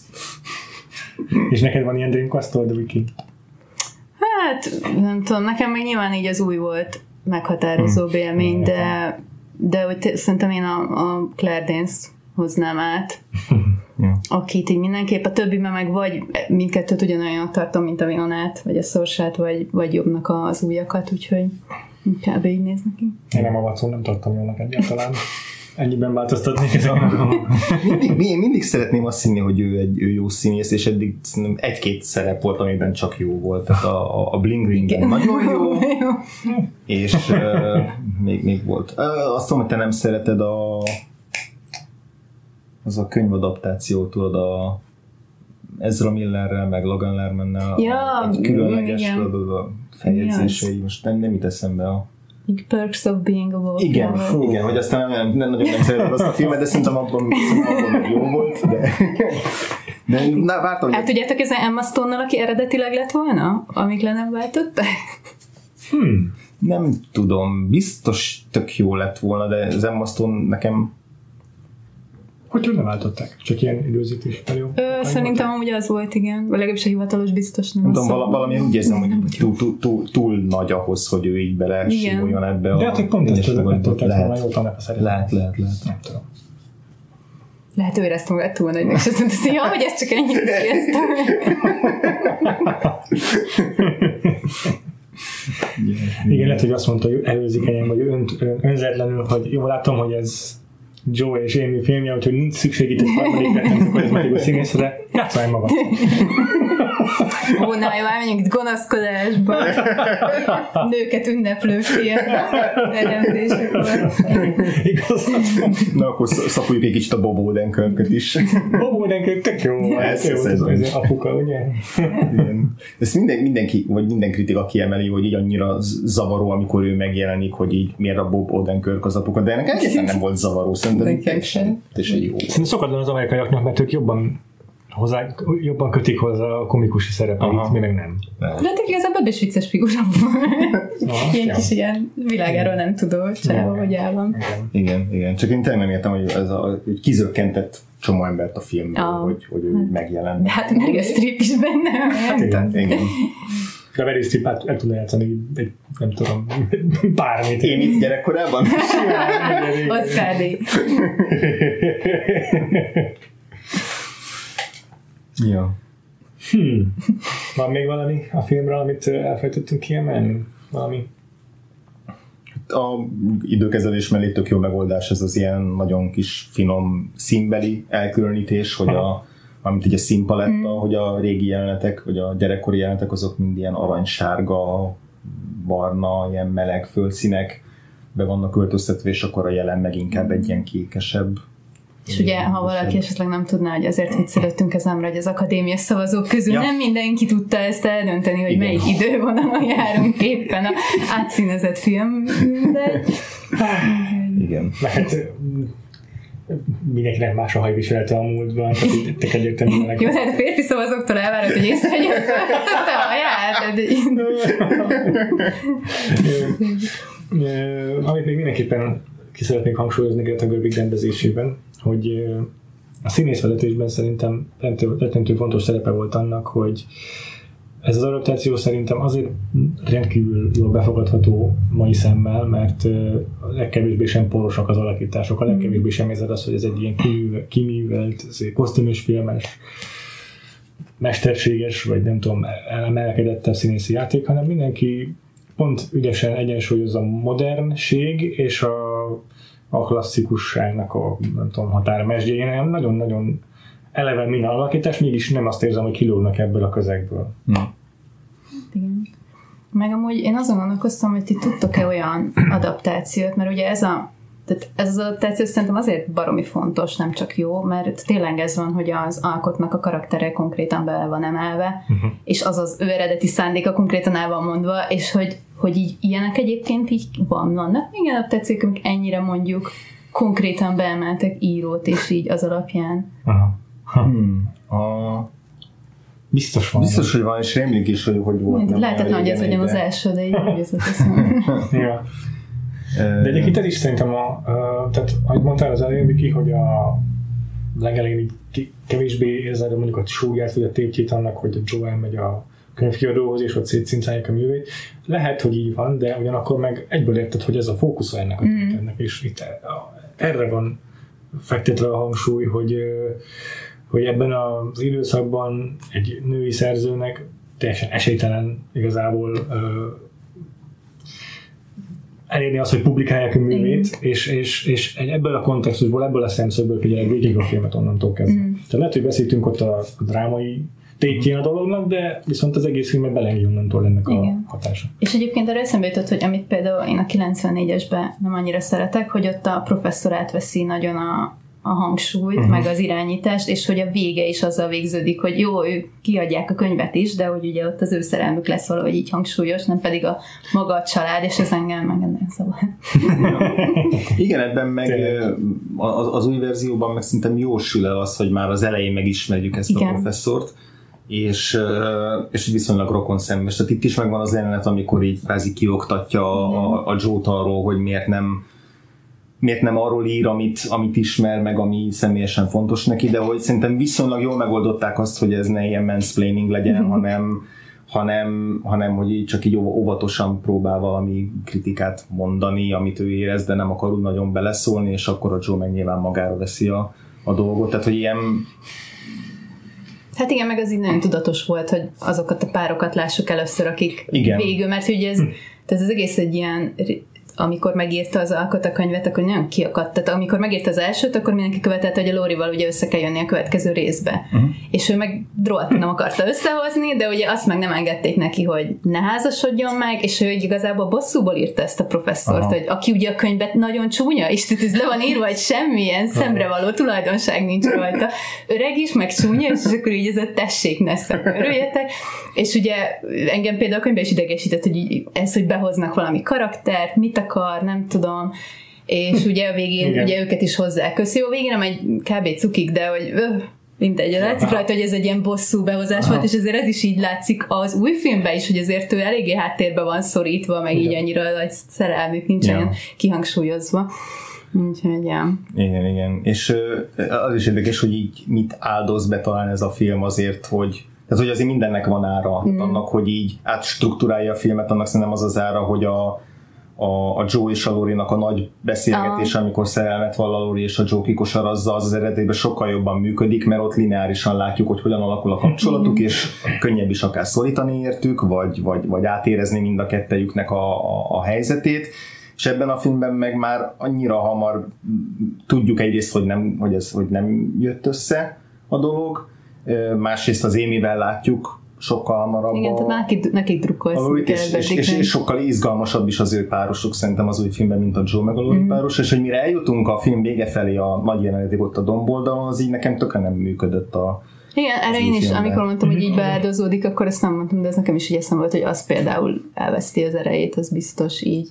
És neked van ilyen Dreamcast-tól, Wiki? Hát, nem tudom, nekem még nyilván így az új volt meghatározó élmény, de hogy szerintem én a Claire Danes hoznám át, akit így mindenképp, a többiben meg vagy mindkettőt ugyanolyan tartom, mint a Winonát, vagy a Saoirse-t, vagy jobbnak az újakat, úgyhogy kb. Így néz neki. Én nem a Watson nem tartom jónak egyáltalán. Ennyiben változtatnék ez mindig szeretném azt hinni, hogy ő jó színész, és eddig egy-két szerep volt, amiben csak jó volt. Tehát a Bling Ringben nagyon jó, és még volt. Azt tudom, hogy te nem szereted az a könyvadaptáció, tudod, a Ezra Millerrel, meg Logan Lermannel, egy különleges feljegyzései, most nem jut eszembe a Perks of Being a Wolf. Igen, hogy aztán nem nagyon nem szeretem azt a filmet, de szerintem abban jó volt, de vártam. Hát tudjátok, ez Emma Stone-nal, aki eredetileg lett volna, amíg le nem váltották? Nem tudom, biztos tök jó lett volna, de az Emma Stone nekem... Hogy leváltották? Csak ilyen időzítés jó? Szerintem amúgy az volt, igen. Vagy legalábbis a hivatalos biztos nem. Nem tudom, valami úgy érzem, hogy túl nagy ahhoz, hogy ő így bele simuljon ebbe a... De hát pont ezt közöbbentották volna, jót annak a szerintem. Lehet. Nem tudom. Lehet, ő éreztem magát túl nagynak, és azt mondta, hogy ez csak ennyit sziasztok. Igen, lehet, hogy azt mondta, hogy előzékenyen, vagy önzetlenül, hogy jó, látom, hogy ez Joe és Amy filmje, úgyhogy nincs szükség itt egy harmadik karizmatikus színészre, játszol el magad. Ó, na jó, elmenjünk itt gonoszkodásba. Nőket ünneplő film. Na, akkor szapuljuk egy kicsit a Bob Odenkirköt is. Bob Odenkirk tök jó. Ez apuka, ugye? Ezt mindenki, vagy minden kritika kiemeli, hogy így annyira zavaró, amikor ő megjelenik, hogy így miért a Bob Odenkirk az apuka, de ennek egyáltalán nem volt zavaró, szerintem teljesen. Szerintem szokatlan az amerikaiaknak, mert ők jobban kötik hozzá a komikusi szerepeit, mi meg nem. De hát igazából is vicces figura. Ilyen kis ilyen világáról nem tudó csáva, hogy el van. Igen. Csak én tényleg nem értem, hogy ez hogy kizökkentett csomó embert a filmből, hogy ő megjelent. De hát Meryl Streep is benne. Hát igen. De Meryl Streep el tudna játszani egy, nem tudom, bármit. Én itt gyerekkorában? Oscar-díj. Ja. Van még valami a filmről, amit elfelejtettünk kiemelni? Valami? A időkezelés mellé tök jó megoldás, ez az ilyen nagyon kis finom színbeli elkülönítés, hogy amit így a színpaletta, hogy a régi jelenetek, vagy a gyerekkori jelenetek azok mind ilyen aranysárga, barna, ilyen meleg földszínek be vannak öltöztetve, és akkor a jelen meg inkább egy ilyen kékesebb. És ugye, ha valaki esetleg nem tudná, hogy azért viccelődtünk ezen, hogy az akadémia szavazók közül nem mindenki tudta ezt eldönteni, hogy melyik idővonalon járunk éppen a átszínezett film, de... Igen. Mert mindenkinek más a hajviselete a múltban, tehát egyértelműen... Jó, tehát a férfi szavazóktól elvárod, hogy észrevegyük te a haját. Amit még mindenképpen ki szeretnék hangsúlyozni Greta Gerwig rendezésében, hogy a színészvezetésben szerintem rettentő fontos szerepe volt annak, hogy ez az adaptáció szerintem azért rendkívül jól befogadható mai szemmel, mert a legkevésbé sem porosak az alakítások, a legkevésbé sem érzed az, hogy ez egy ilyen kiművelt, kosztümös filmes, mesterséges, vagy nem tudom, emelkedettebb színészi játék, hanem mindenki pont ügyesen egyensúlyozza a modernség és a klasszikusságnak a nem tudom, határa mesdjén. Nagyon-nagyon eleve minden alakítás, mégis nem azt érzem, hogy kilógnak ebből a közegből. Igen. Meg amúgy én azon gondolkoztam, hogy ti tudtok-e olyan adaptációt, mert ugye ez az adaptáció szerintem azért baromi fontos, nem csak jó, mert tényleg ez van, hogy az alkotnak a karaktere konkrétan bele van emelve, és az ő eredeti szándéka konkrétan el van mondva, és hogy így ilyenek egyébként így vannak még adaptációk, amik ennyire mondjuk konkrétan beemeltek írót, és így az alapján. Biztos van. Biztos, hogy van, és rémlik is, hogy volt. Lehetetlen, hogy ez legyen az első, de így jutott eszembe. Ja. De egyébként ez is szerintem tehát ahogy mondtál az elején, Viki, hogy a legelején kevésbé érzed mondjuk a súlyát, vagy a tétjét annak, hogy a Joel megy a könyvkiadóhoz, és ott szétszincálják a művét. Lehet, hogy így van, de ugyanakkor meg egyből érted, hogy ez a fókusza ennek a történetnek, és itt erre van fektetve a hangsúly, hogy ebben az időszakban egy női szerzőnek teljesen esélytelen igazából elérni azt, hogy publikálják a művét, és ebből a kontextusból, ebből a szemszögből figyelek végig a filmet onnantól kezdve. Tehát lehet, hogy beszéltünk ott a drámai tétjén a dolognak, de viszont az egész filmet belengedi onnantól ennek a hatása. És egyébként arra eszembe jutott, hogy amit például én a 94-esben nem annyira szeretek, hogy ott a professzor átveszi nagyon a hangsúlyt, meg az irányítást, és hogy a vége is azzal végződik, hogy jó, ők kiadják a könyvet is, de hogy ugye ott az ő szerelmük lesz valahogy így hangsúlyos, nem pedig a maga a család, és ez engem nagyon szabad. Igen, ebben meg az új verzióban meg szerintem jósül el az, hogy már az elején megismerjük ezt a professzort, és viszonylag rokon szemben. Tehát itt is megvan az jelenet, amikor így kvázi kioktatja a Joe-t arról, hogy miért nem arról ír, amit ismer, meg ami személyesen fontos neki, de hogy szerintem viszonylag jól megoldották azt, hogy ez ne ilyen mansplaining legyen, hanem hogy csak így óvatosan próbál valami kritikát mondani, amit ő érez, de nem akar úgy nagyon beleszólni, és akkor a Joe meg nyilván magára veszi a dolgot. Tehát, hogy ilyen... Hát igen, meg az így nagyon tudatos volt, hogy azokat a párokat lássuk először, akik végül, mert ugye ez az egész egy ilyen... amikor megírta az alkotókönyvet, akkor nagyon kiakadt. Tehát amikor megírta az elsőt, akkor mindenki követelte, hogy a Lorival ugye össze kell jönni a következő részbe. És ő meg drolt nem akarta összehozni, de ugye azt meg nem engedték neki, hogy ne házasodjon meg, és ő igazából bosszúból írta ezt a professzort, hogy aki ugye a könyvet nagyon csúnya, és ez le van írva, hogy semmilyen szemrevaló tulajdonság nincs rajta. Öreg is, meg csúnya, és akkor így ez a tessék, ne örüljetek. És ugye engem például a könyvben is idegesített, hogy ez, hogy behoznak valami karaktert, mit akar, nem tudom, és ugye a végén ugye őket is hozzák köszi. A végén nem egy kb. Cukik, de hogy mindegy, látszik rajta, hogy ez egy ilyen bosszú behozás volt, és ezért ez is így látszik az új filmben is, hogy azért ő eléggé háttérbe van szorítva, meg így annyira nagy szerelmük nincs olyan kihangsúlyozva. Úgyhogy, Igen. És az is érdekes, hogy így mit áldoz be talán ez a film azért, hogy tehát, hogy azért mindennek van ára. Annak, hogy így átstruktúrálja a filmet, annak szerintem az ára, hogy a Joe és a Lori-nak a nagy beszélgetése, amikor szerelmet vall a Lori és a Joe kikosarazza, az eredetében sokkal jobban működik, mert ott lineárisan látjuk, hogy hogyan alakul a kapcsolatuk, és könnyebb is akár szorítani értük, vagy átérezni mind a kettejüknek a helyzetét. És ebben a filmben meg már annyira hamar tudjuk egyrészt, hogy nem jött össze a dolog, másrészt az Amy-vel látjuk sokkal hamarabb. Igen, tehát nekik drukkolsz. És sokkal izgalmasabb is az ő párosuk szerintem az új filmben, mint a Joe meg a Lori páros, és hogy mire eljutunk a film vége felé a nagy jelenetig ott a domboldalon, az így nekem tökre nem működött igen, erre én is, filmben. Amikor mondtam, hogy így beáldozódik, akkor ezt nem mondtam, de ez nekem is így eszembe volt, hogy az például elveszti az erejét, az biztos így.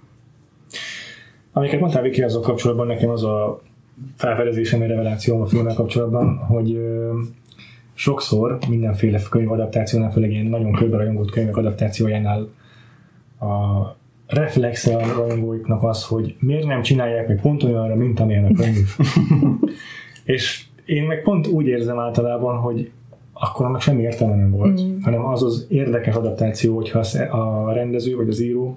Amiket mondtál, Viki, azok kapcsolatban nekem az a felfedezésem, revelációm a filmmel kapcsolatban, hogy sokszor mindenféle könyvadaptációnál, főleg ilyen nagyon körberajongott könyvek adaptációjánál a reflexe a rajongóiknak az, hogy miért nem csinálják meg pont olyanra, mint amilyen a könyv. És én meg pont úgy érzem általában, hogy akkor annak semmi értelme nem volt, hanem az érdekes adaptáció, hogyha a rendező vagy az író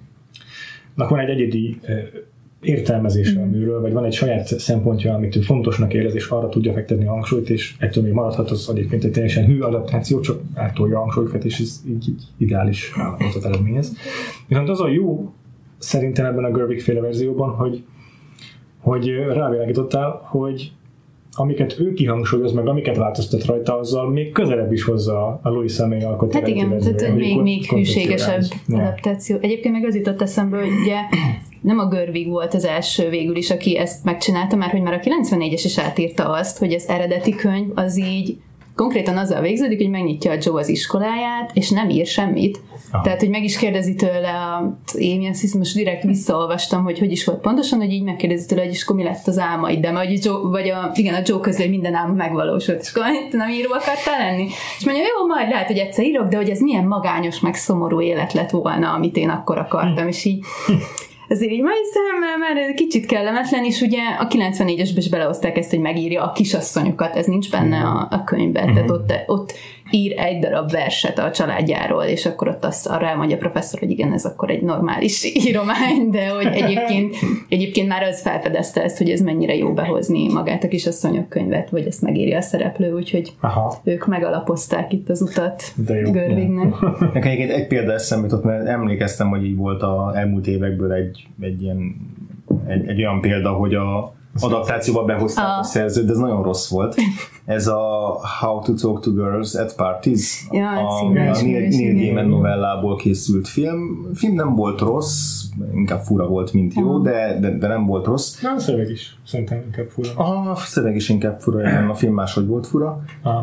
van egy egyedi értelmezése a műről, vagy van egy saját szempontja, amit ő fontosnak érez, és arra tudja fektetni a hangsúlyt, és ettől még maradhat az egyébként egy teljesen hű adaptáció, csak átolja a hangsúlyokat, és ez így ideális állapotot eredményez. Viszont az a jó szerintem ebben a Gerwig-féle verzióban, hogy rávilágítottál, hogy amiket ő kihangsúlyoz, meg amiket változtat rajta, azzal még közelebb is hozza a Louis személy alkotót. Hát igen, tehát még hűségesebb adaptáció. Egyébként meg az jutott eszembe, hogy ugye nem a Gerwig volt az első végül is, aki ezt megcsinálta, mert hogy már a 94-es is átírta azt, hogy az eredeti könyv az így konkrétan azzal végződik, hogy megnyitja a Joe az iskoláját, és nem ír semmit. Tehát, hogy meg is kérdezi tőle én azt hiszem, most direkt visszaolvastam, hogy is volt pontosan, hogy így megkérdezi tőle, hogy is akkor mi lett az álmaid, de hogy a Joe közül, hogy minden álma megvalósult, és akkor nem író akartál lenni? És mondja, jó, majd lehet, hogy egyszer írok, de hogy ez milyen magányos, meg szomorú élet lett volna, amit én akkor akartam, és így azért így majd már kicsit kellemetlen, és ugye a 94-esben is belehozták ezt, hogy megírja a kisasszonyokat, ez nincs benne a könyvben, tehát ott ír egy darab verset a családjáról, és akkor ott azt arra elmondja a professzor, hogy igen, ez akkor egy normális íromány, de hogy egyébként már az felfedezte ezt, hogy ez mennyire jó behozni magát a kisasszonyok könyvet, vagy ezt megírja a szereplő, úgyhogy ők megalapozták itt az utat Gerwignek. Nekem egy példa eszembe jutott, mert emlékeztem, hogy így volt az elmúlt évekből egy olyan példa, hogy a adaptációba behozták a szerzőt, de ez nagyon rossz volt. Ez a How to Talk to Girls at Parties, a Neil Gaiman novellából készült film. A film nem volt rossz, inkább fura volt, mint jó, de nem volt rossz. A szöveg is szerintem inkább fura. A szöveg is inkább fura, a film máshogy volt fura.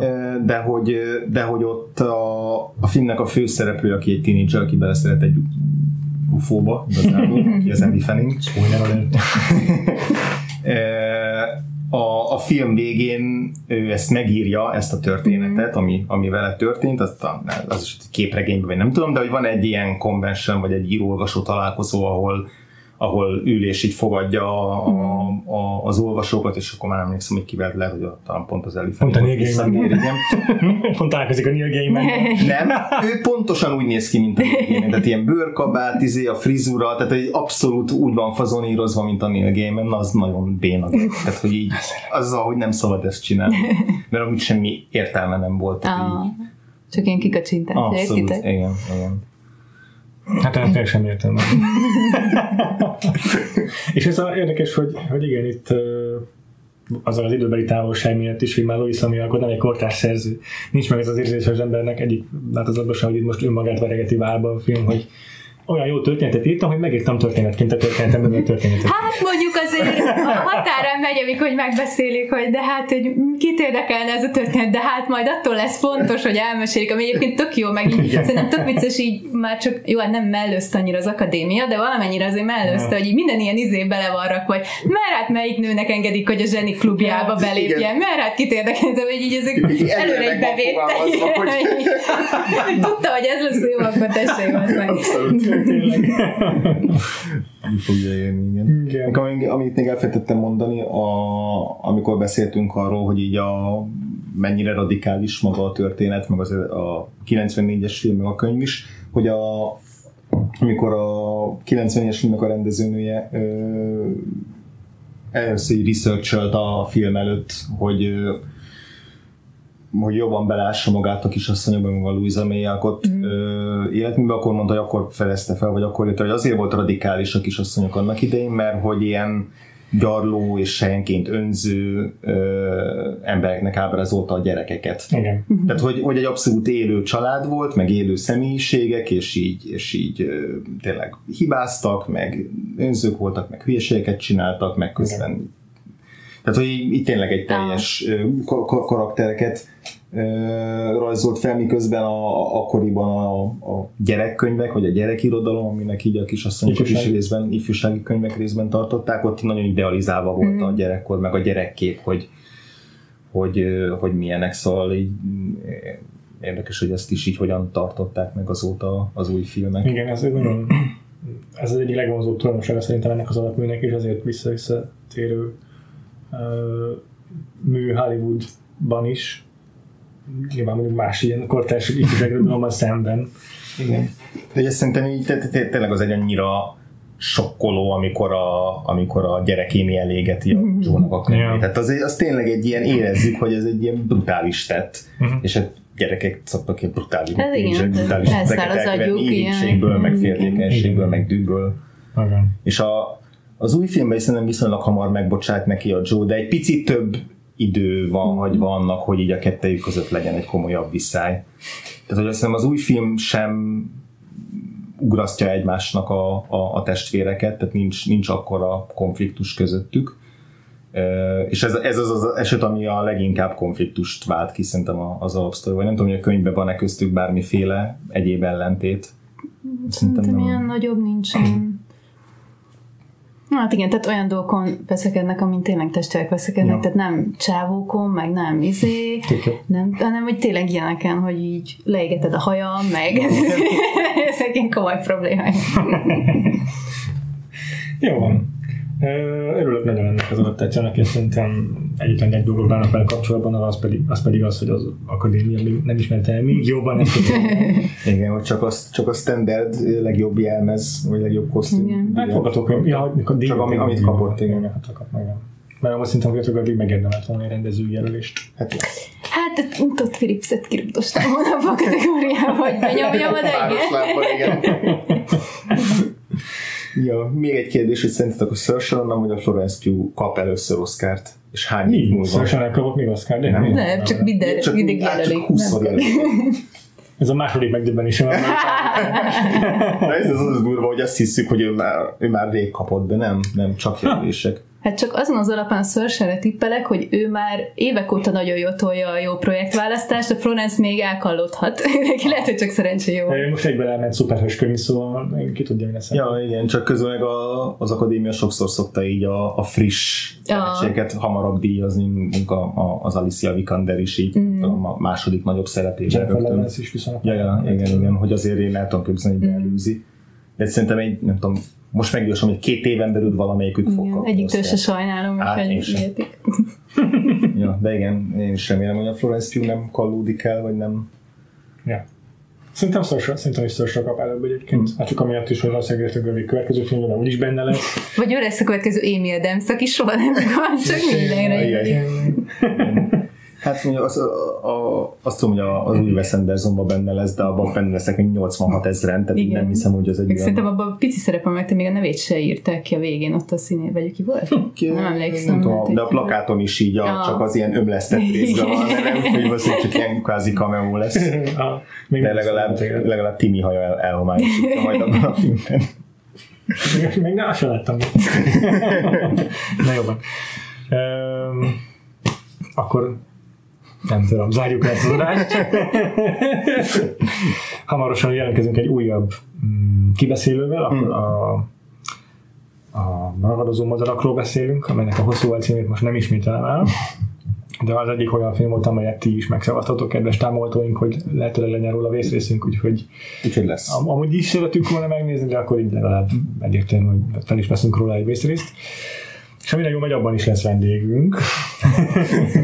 De hogy ott a filmnek a főszereplő, aki egy tínédzser, aki beleszeret egy ufóba, igazából, aki az Andy Fanning. A film végén ő ezt megírja, ezt a történetet, ami vele történt, az is képregényben, vagy nem tudom, de hogy van egy ilyen convention, vagy egy író-olvasó találkozó, ahol ül és így fogadja az olvasókat, és akkor már emlékszem, hogy kivel lehet, hogy talán pont az Ellie Pont a Neil Gaiman. Pont találkozik a Neil Gaiman. Nem, ő pontosan úgy néz ki, mint a Neil Gaiman. Tehát ilyen bőrkabát, a frizura, tehát egy abszolút úgy van fazonírozva, mint a Neil Gaiman, az nagyon béna. Tehát, hogy így azzal, hogy nem szabad ezt csinálni. Mert amúgy semmi értelme nem volt. Csak ilyen kikacsintás. Abszolút, igen. Hát teljesen értem. És ez érdekes, hogy igen, itt azon az időbeli távolság miatt is, hogy már Louis Amiel akkor nem egy kortárs szerző. Nincs meg ez az érzés az embernek egyik változatban sem, hogy itt most önmagát veregeti várba a film, hogy olyan jó történetet írtam, hogy megírtam történetként a történetemben a történetet. Hát mondjuk azért a határán megy, amikor megbeszélik, hogy de hát, hogy kit érdekelne ez a történet, de hát majd attól lesz fontos, hogy elmesélik, ami egyébként tök jó, meg így, szerintem tök vicces, így már csak, jó, hát nem mellőzte annyira az akadémia, de valamennyire azért mellőzte, hogy így minden ilyen bele van rakva, vagy mert hát melyik nőnek engedik, hogy a zseni klubjába belépjen, mert hát kit érdekelne, hogy így ezek előre egy bevétel. Tudta, hogy ez lesz jó, akkor tessék meg. Így fogja érni, igen. Amit még elfelejtettem mondani, amikor beszéltünk arról, hogy így mennyire radikális maga a történet, meg a 94-es film, meg a könyv is, hogy amikor a 90-es filmnek a rendezőnője először research-ölt a film előtt, hogy jobban belássa magát a kisasszonyokban, meg a Louisa May alkot életműben, akkor mondta, hogy akkor fedezte fel, vagy akkor jött, hogy azért volt radikális a kisasszonyok annak idején, mert hogy ilyen gyarló és helyenként önző embereknek ábrázolta a gyerekeket. Igen. Tehát, hogy egy abszolút élő család volt, meg élő személyiségek, és így tényleg hibáztak, meg önzők voltak, meg hülyeségeket csináltak, meg közben. Igen. Tehát, hogy így tényleg egy teljes karaktereket rajzolt fel, miközben akkoriban a gyerekkönyvek, vagy a gyerekirodalom, aminek így a kisasszonyokat is részben, ifjúsági könyvek részben tartották, ott nagyon idealizálva volt a gyerekkor, meg a gyerekkép, hogy milyenek, szóval így érdekes, hogy ezt is így hogyan tartották meg azóta az új filmek. Igen, ez az egyik legvonzóbb tulajdonsága szerintem ennek az alapműnek, és azért visszatérő mű Hollywoodban is, nyilván mondjuk más ilyen kortárs ifjúságrodalommal szemben. Igen. De szerintem így tényleg az egy annyira sokkoló, amikor a gyerek Amy elégeti a Joe-nak a könyvét. Tehát az tényleg egy ilyen, érezzük, hogy ez egy ilyen brutális tett. És a gyerekek szoktak ilyen brutális tetteket elvenni irigységből, meg féltékenységből, meg dühből. És az új filmben szerintem viszonylag hamar megbocsát neki a Joe, de egy picit több idő van hagyva annak, hogy így a kettejük között legyen egy komolyabb viszály. Tehát, hogy azt hiszem, az új film sem ugrasztja egymásnak a testvéreket, tehát nincs akkora konfliktus közöttük. És ez az eset, ami a leginkább konfliktust vált ki szerintem az alapsztori, vagy nem tudom, hogy a könyvben van-e köztük bármiféle egyéb ellentét. Szerintem ilyen nagyobb nincsen. Hát igen, tehát olyan dolgokon veszekednek, amint tényleg testvérek veszekednek, tehát nem csávókon, meg nem hanem hogy tényleg ilyeneken, hogy így leégeted a hajam, meg ezek ilyen komoly problémák. Jó van. Örülök nagyon ennek az adaptációnak, és szerintem egyébként egy dolgot bánok vele kapcsolatban, az pedig az, hogy az akadémia nem ismerte el még jobban ezt. Igen, hogy csak a standard legjobb jelmez, vagy legjobb kosztüm. Megfogatok, csak amit kapott, igen. Mert most szerintem, hogy addig megérdemelt volna egy rendezői jelölést. Hát Todd Phillipset kirúgdostam volna a kategóriába, hogy benyomjam a igen. Ja, még egy kérdés, hogy szerintetek a Saoirse Ronan vagy a Florence Pugh kap először Oscart? És hány év múlva? Saoirse nem kapott még Oscart? Nem, csak mindig jelölik. 20-szor jelölik. Ez a második megdöbbenésem. Ez az durva, hogy azt hiszük, hogy ő már rég kapott, de nem csak jelölések. Hát csak azon az alapán Saoirse-re tippelek, hogy ő már évek óta nagyon jól tolja a jó projektválasztást, a Florence még elkallódhat. Neki lehet, hogy csak szerencsé jó. Most egyben elment szuperhőskönyv, szóval ki tudja, mi lesz. Ja, igen, csak közben meg az akadémia sokszor szokta így a friss tehetségeket hamarabb díjazni, mint az Alicia Vikander is így a második nagyobb szerepében rögtön. Is viszont. Igen, hogy azért én el tudom képzelni, hogy beelőzi. De szerintem nem tudom, most meggyőzöm, hogy 2 éven belül valamelyikük fog kapni. Egyiktől se sajnálom, hogy értik. Ja, de igen, én is remélem, hogy a Florence Pugh nem kallódik el, vagy nem. Ja. Szerintem is Saoirse kap előbb egyébként. Hát csak amiatt is, hogy valószínűleg a következő filmben nem úgyis benne lesz. Vagy ő lesz a következő Amy Adams, aki soha nem van, csak mindenre. Hát mondjuk azt tudom, hogy az új Wes Andersonban benne lesz, de abban benne lesznek még 86 000, tehát nem hiszem, hogy az egy olyan... Szerintem abban pici szerepem meg, te még a nevét se írták ki a végén, ott a színén, vagy ki volt? Nem emlékszem. De a plakáton is így csak az ilyen ömlesztett részben van, nem, hogy valószínűleg csak ilyen kvázi cameo lesz. De legalább Timmy haja elhomályosítja majd abban a filmben. Még nem, azt sem láttam. Na jó van. Akkor nem tudom, zárjuk el az adást. Hamarosan jelentkezünk egy újabb kibeszélővel, akkor a ragadozó madarakról beszélünk, amelynek a hosszú címét most nem ismételem el, de az egyik olyan film volt, amelyet ti is megszavaztatok, kedves támogatóink, hogy lehetőleg legyen róla vészrészünk, úgyhogy lesz. Amúgy is szeretünk volna megnézni, de akkor így legalább egyértelmű, hogy fel is veszünk róla egy vészrészt. És ami nagyon megy, abban is lesz vendégünk.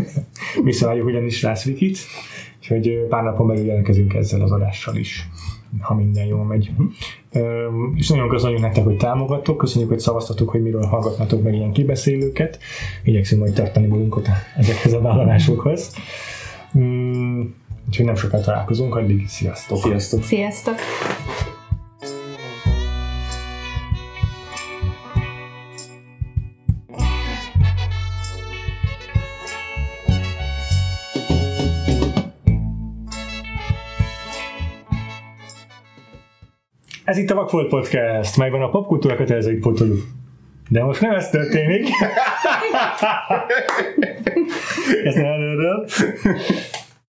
Visszavárjuk ugyanis Rász Vikit, úgyhogy pár napon belül jelentkezünk ezzel az adással is. ha minden jól megy. És nagyon köszönjük nektek, hogy támogattok, köszönjük, hogy szavaztatok, hogy miről hallgatnatok meg ilyen kibeszélőket. Igyekszünk majd tartani magunkat ezekhez a vállalásokhoz. Úgyhogy nem sokat találkozunk, addig sziasztok! Sziasztok! Sziasztok! Ez itt a Vagfolt Podcast, melyben a popkultúra kötelezőit pótoljuk. De most nem ez történik. Ezt nem előről.